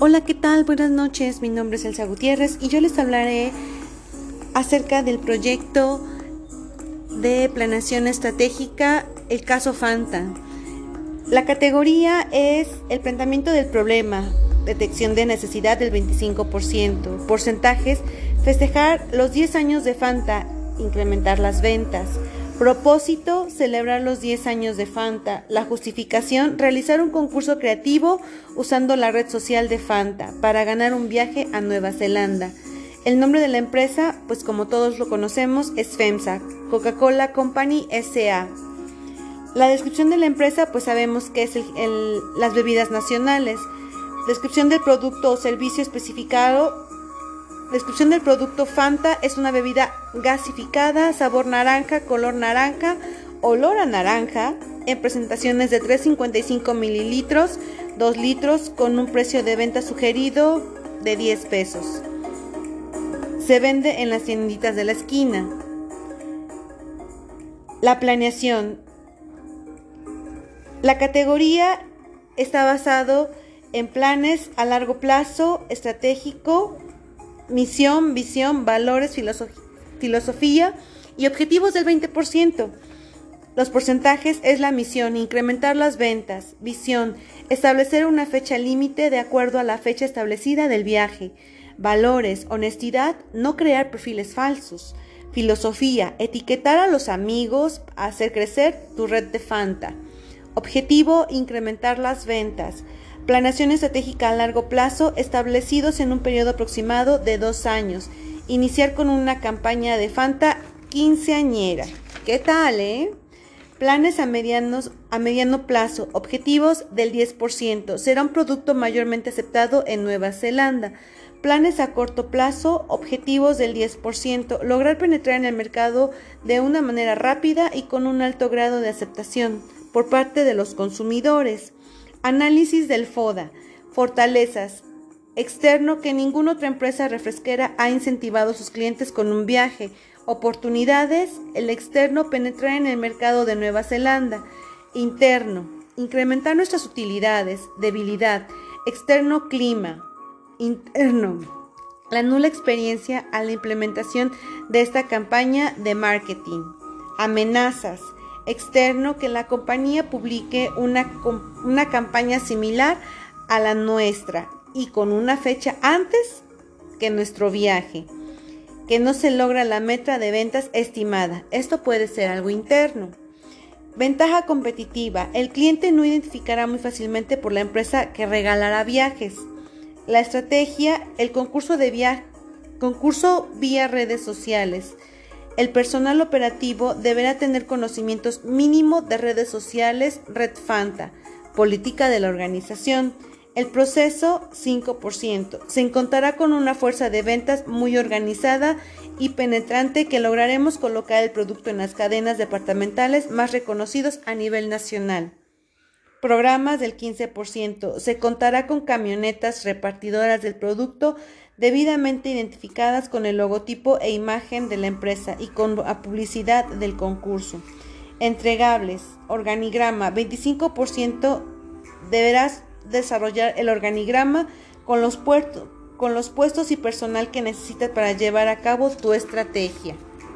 Hola, ¿qué tal? Buenas noches, mi nombre es Elsa Gutiérrez y yo les hablaré acerca del proyecto de planeación estratégica, el caso Fanta. La categoría es el planteamiento del problema, detección de necesidad del 25%, porcentajes, festejar los 10 años de Fanta, incrementar las ventas. Propósito, celebrar los 10 años de Fanta. La justificación, realizar un concurso creativo usando la red social de Fanta para ganar un viaje a Nueva Zelanda. El nombre de la empresa, pues como todos lo conocemos, es FEMSA, Coca-Cola Company S.A. La descripción de la empresa, pues sabemos que es las bebidas nacionales. Descripción del producto o servicio especificado. Descripción del producto: Fanta es una bebida gasificada, sabor naranja, color naranja, olor a naranja, en presentaciones de 355 mililitros, 2 litros, con un precio de venta sugerido de 10 pesos. Se vende en las tienditas de la esquina. La planeación. La categoría está basado en planes a largo plazo, estratégico, misión, visión, valores, filosofía y objetivos del 20%. Los porcentajes es la misión, incrementar las ventas. Visión, establecer una fecha límite de acuerdo a la fecha establecida del viaje. Valores, honestidad, no crear perfiles falsos. Filosofía, etiquetar a los amigos, hacer crecer tu red de Fanta. Objetivo, incrementar las ventas. Planeación estratégica a largo plazo, establecidos en un periodo aproximado de 2 años. Iniciar con una campaña de Fanta quinceañera. ¿Qué tal, Planes a mediano plazo, objetivos del 10%. Será un producto mayormente aceptado en Nueva Zelanda. Planes a corto plazo, objetivos del 10%. Lograr penetrar en el mercado de una manera rápida y con un alto grado de aceptación por parte de los consumidores. Análisis del FODA. Fortalezas. Externo, que ninguna otra empresa refresquera ha incentivado a sus clientes con un viaje. Oportunidades. El externo, penetrar en el mercado de Nueva Zelanda. Interno, incrementar nuestras utilidades. Debilidad. Externo, clima. Interno, la nula experiencia a la implementación de esta campaña de marketing. Amenazas. Externo, que la compañía publique una campaña similar a la nuestra y con una fecha antes que nuestro viaje, que no se logra la meta de ventas estimada. Esto puede ser algo interno. Ventaja competitiva. El cliente no identificará muy fácilmente por la empresa que regalará viajes. La estrategia, el concurso vía redes sociales. El personal operativo deberá tener conocimientos mínimos de redes sociales, Red Fanta, política de la organización. El proceso, 5%. Se encontrará con una fuerza de ventas muy organizada y penetrante que lograremos colocar el producto en las cadenas departamentales más reconocidos a nivel nacional. Programas del 15%. Se contará con camionetas repartidoras del producto debidamente identificadas con el logotipo e imagen de la empresa y con la publicidad del concurso. Entregables. Organigrama. 25%. Deberás desarrollar el organigrama con los puestos y personal que necesitas para llevar a cabo tu estrategia.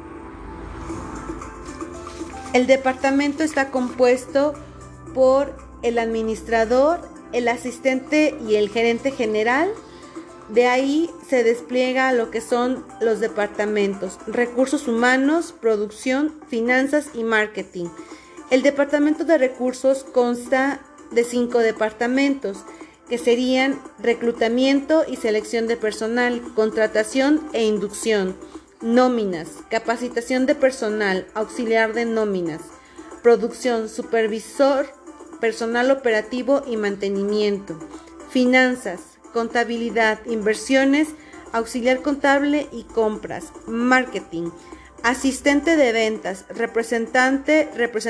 El departamento está compuesto por el administrador, el asistente y el gerente general. De ahí se despliega lo que son los departamentos: recursos humanos, producción, finanzas y marketing. El departamento de recursos consta de 5 departamentos, que serían reclutamiento y selección de personal, contratación e inducción, nóminas, capacitación de personal, auxiliar de nóminas, producción, supervisor, personal operativo y mantenimiento, finanzas, contabilidad, inversiones, auxiliar contable y compras, marketing, asistente de ventas, representante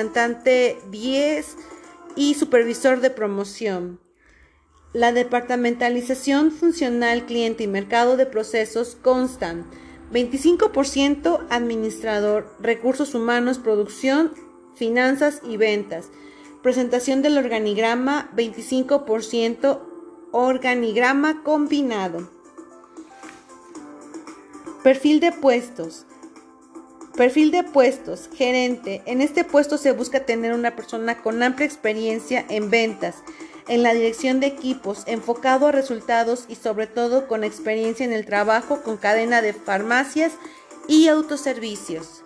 10 y supervisor de promoción. La departamentalización funcional, cliente y mercado de procesos constan: 25% administrador, recursos humanos, producción, finanzas y ventas. Presentación del organigrama: 25% Organigrama combinado. Perfil de puestos. Perfil de puestos, gerente. En este puesto se busca tener una persona con amplia experiencia en ventas, en la dirección de equipos, enfocado a resultados y sobre todo con experiencia en el trabajo con cadena de farmacias y autoservicios.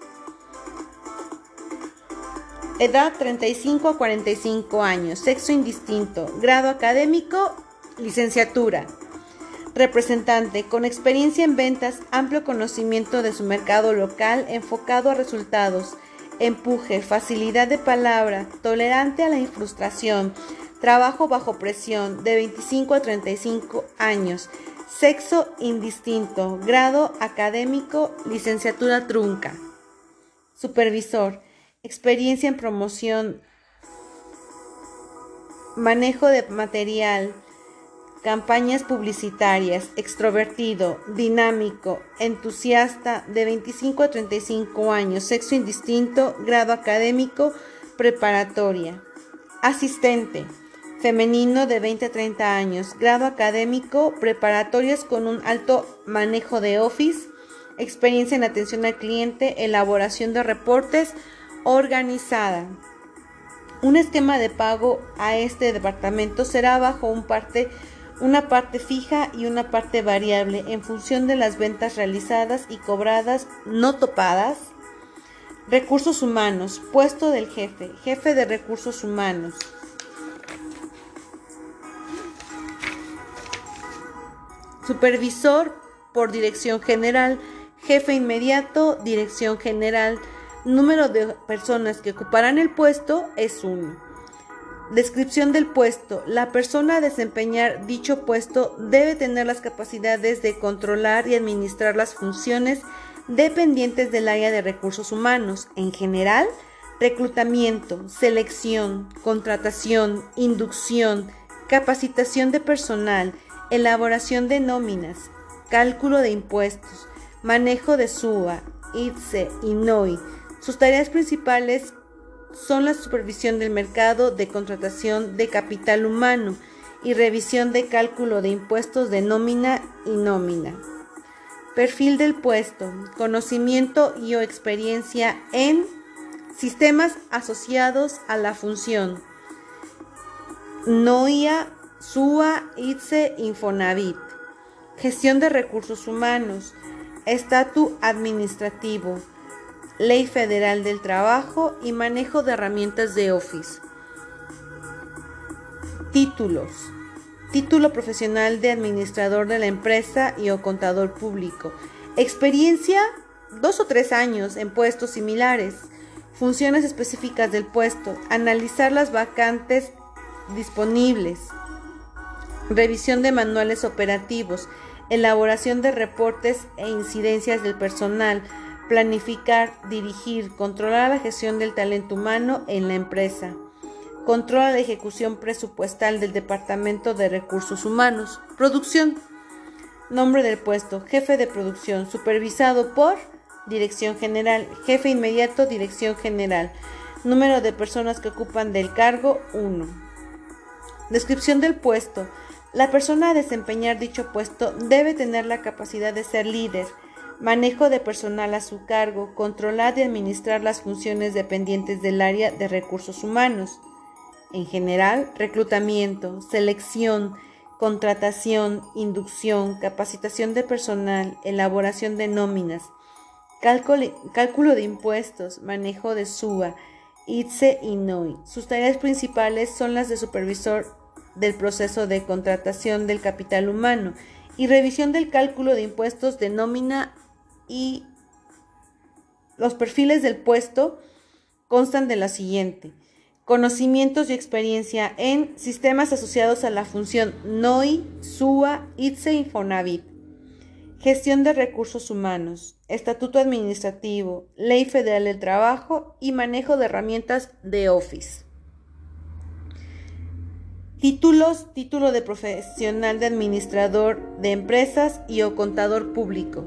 Edad 35 a 45 años, sexo indistinto, grado académico, licenciatura. Representante, con experiencia en ventas, amplio conocimiento de su mercado local, enfocado a resultados, empuje, facilidad de palabra, tolerante a la frustración, trabajo bajo presión, de 25 a 35 años, sexo indistinto, grado académico, licenciatura trunca. Supervisor, experiencia en promoción, manejo de material, campañas publicitarias, extrovertido, dinámico, entusiasta, de 25 a 35 años, sexo indistinto, grado académico, preparatoria. Asistente, femenino, de 20 a 30 años, grado académico, preparatorias con un alto manejo de Office, experiencia en atención al cliente, elaboración de reportes, organizada. Un esquema de pago a este departamento será bajo una parte fija y una parte variable en función de las ventas realizadas y cobradas no topadas. Recursos humanos, puesto del jefe, jefe de recursos humanos. Supervisor por dirección general, jefe inmediato, dirección general. Número de personas que ocuparán el puesto es 1. Descripción del puesto. La persona a desempeñar dicho puesto debe tener las capacidades de controlar y administrar las funciones dependientes del área de recursos humanos. En general, reclutamiento, selección, contratación, inducción, capacitación de personal, elaboración de nóminas, cálculo de impuestos, manejo de SUA, ITSE y NOI. Sus tareas principales son la supervisión del mercado de contratación de capital humano y revisión de cálculo de impuestos de nómina y nómina. Perfil del puesto, conocimiento y o experiencia en sistemas asociados a la función, NOIA, SUA, ITSE, Infonavit. Gestión de recursos humanos, estatus administrativo, Ley Federal del Trabajo y manejo de herramientas de Office. Títulos. Título profesional de administrador de la empresa y o contador público. Experiencia, 2 o 3 años en puestos similares. Funciones específicas del puesto. Analizar las vacantes disponibles. Revisión de manuales operativos. Elaboración de reportes e incidencias del personal. Planificar, dirigir, controlar la gestión del talento humano en la empresa. Controla la ejecución presupuestal del Departamento de Recursos Humanos. Producción. Nombre del puesto, jefe de producción, supervisado por Dirección General, jefe inmediato, Dirección General. Número de personas que ocupan del cargo, 1. Descripción del puesto. La persona a desempeñar dicho puesto debe tener la capacidad de ser líder, manejo de personal a su cargo, controlar y administrar las funciones dependientes del área de recursos humanos. En general, reclutamiento, selección, contratación, inducción, capacitación de personal, elaboración de nóminas, cálculo de impuestos, manejo de SUA, ITSE y NOI. Sus tareas principales son las de supervisor del proceso de contratación del capital humano y revisión del cálculo de impuestos de nómina. Y los perfiles del puesto constan de la siguiente: conocimientos y experiencia en sistemas asociados a la función NOI, SUA, ITSE, Infonavit. Gestión de recursos humanos, estatuto administrativo, Ley Federal del Trabajo y manejo de herramientas de Office. Títulos: título de profesional de administrador de empresas y o contador público.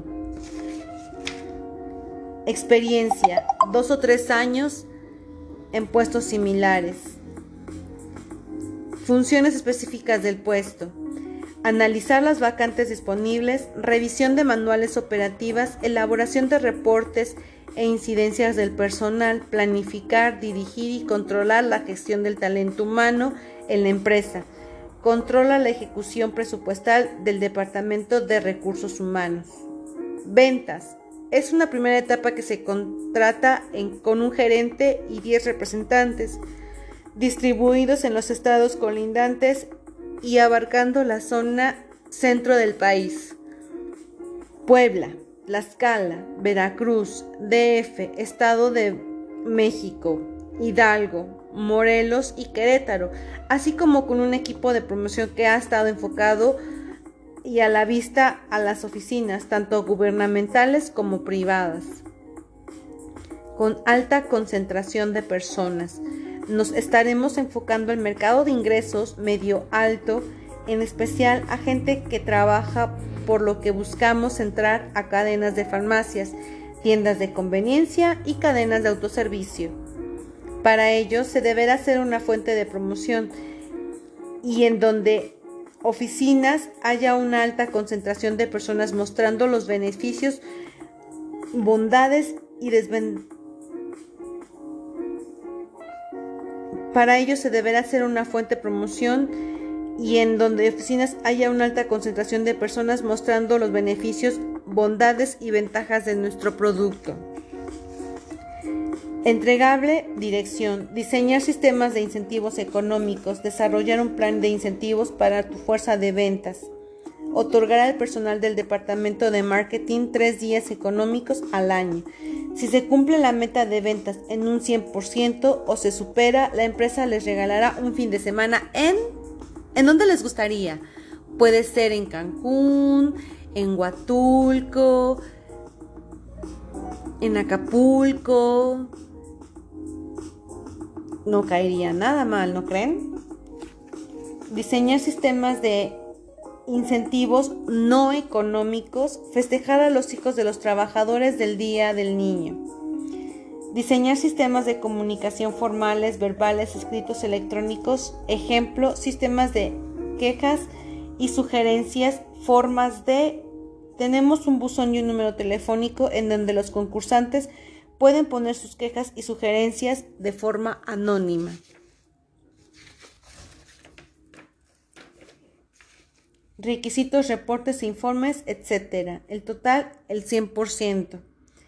Experiencia, 2 o 3 años en puestos similares. Funciones específicas del puesto. analizar las vacantes disponibles, revisión de manuales operativas, elaboración de reportes e incidencias del personal, planificar, dirigir y controlar la gestión del talento humano en la empresa. Controla la ejecución presupuestal del Departamento de Recursos Humanos. Ventas. Es una primera etapa que se contrata con un gerente y 10 representantes, distribuidos en los estados colindantes y abarcando la zona centro del país. Puebla, Tlaxcala, Veracruz, DF, Estado de México, Hidalgo, Morelos y Querétaro, así como con un equipo de promoción que ha estado enfocado y a la vista a las oficinas, tanto gubernamentales como privadas, con alta concentración de personas. Nos estaremos enfocando al mercado de ingresos medio alto, en especial a gente que trabaja, por lo que buscamos entrar a cadenas de farmacias, tiendas de conveniencia y cadenas de autoservicio. Para ello se deberá hacer una fuente de promoción y en donde oficinas haya una alta concentración de personas mostrando los beneficios, bondades y desventajas. Para ello se deberá hacer una fuente de promoción y en donde oficinas haya una alta concentración de personas mostrando los beneficios, bondades y ventajas de nuestro producto. Entregable, dirección, diseñar sistemas de incentivos económicos, desarrollar un plan de incentivos para tu fuerza de ventas, otorgar al personal del departamento de marketing 3 días económicos al año. Si se cumple la meta de ventas en un 100% o se supera, la empresa les regalará un fin de semana ¿en dónde les gustaría? Puede ser en Cancún, en Huatulco, en Acapulco. No caería nada mal, ¿no creen? Diseñar sistemas de incentivos no económicos, festejar a los hijos de los trabajadores del Día del Niño. Diseñar sistemas de comunicación formales, verbales, escritos, electrónicos, ejemplo, sistemas de quejas y sugerencias, formas de... Tenemos un buzón y un número telefónico en donde los concursantes pueden poner sus quejas y sugerencias de forma anónima. Requisitos, reportes e informes, etc. El total, el 100%.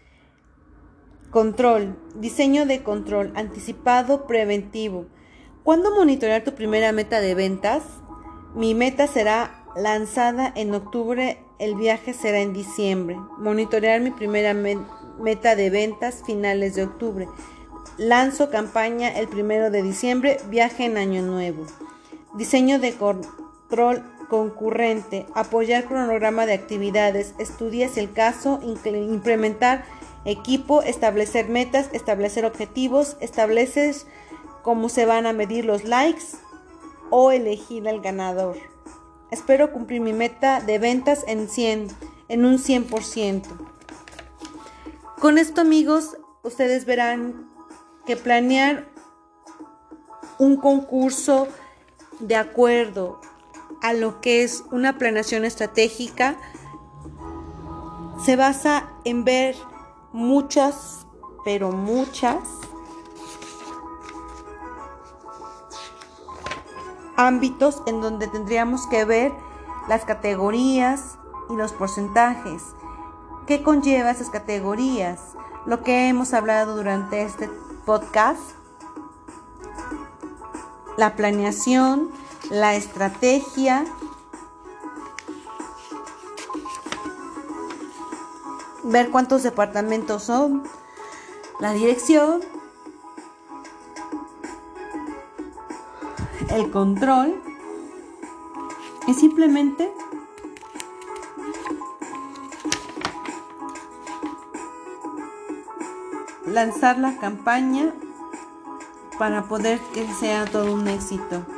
Control. Diseño de control. Anticipado, preventivo. ¿Cuándo monitorear tu primera meta de ventas? Mi meta será lanzada en octubre, el viaje será en diciembre. Monitorear mi primera meta de ventas finales de octubre. Lanzo campaña el 1 de diciembre, viaje en año nuevo. Diseño de control concurrente, apoyar cronograma de actividades, estudia si el caso, implementar equipo, establecer metas, establecer objetivos, estableces cómo se van a medir los likes o elegir al ganador. Espero cumplir mi meta de ventas en un 100%. Con esto, amigos, ustedes verán que planear un concurso de acuerdo a lo que es una planeación estratégica se basa en ver muchas ámbitos en donde tendríamos que ver las categorías y los porcentajes. ¿Qué conlleva esas categorías? Lo que hemos hablado durante este podcast, la planeación, la estrategia, ver cuántos departamentos son, la dirección, el control y simplemente lanzar la campaña para poder que sea todo un éxito.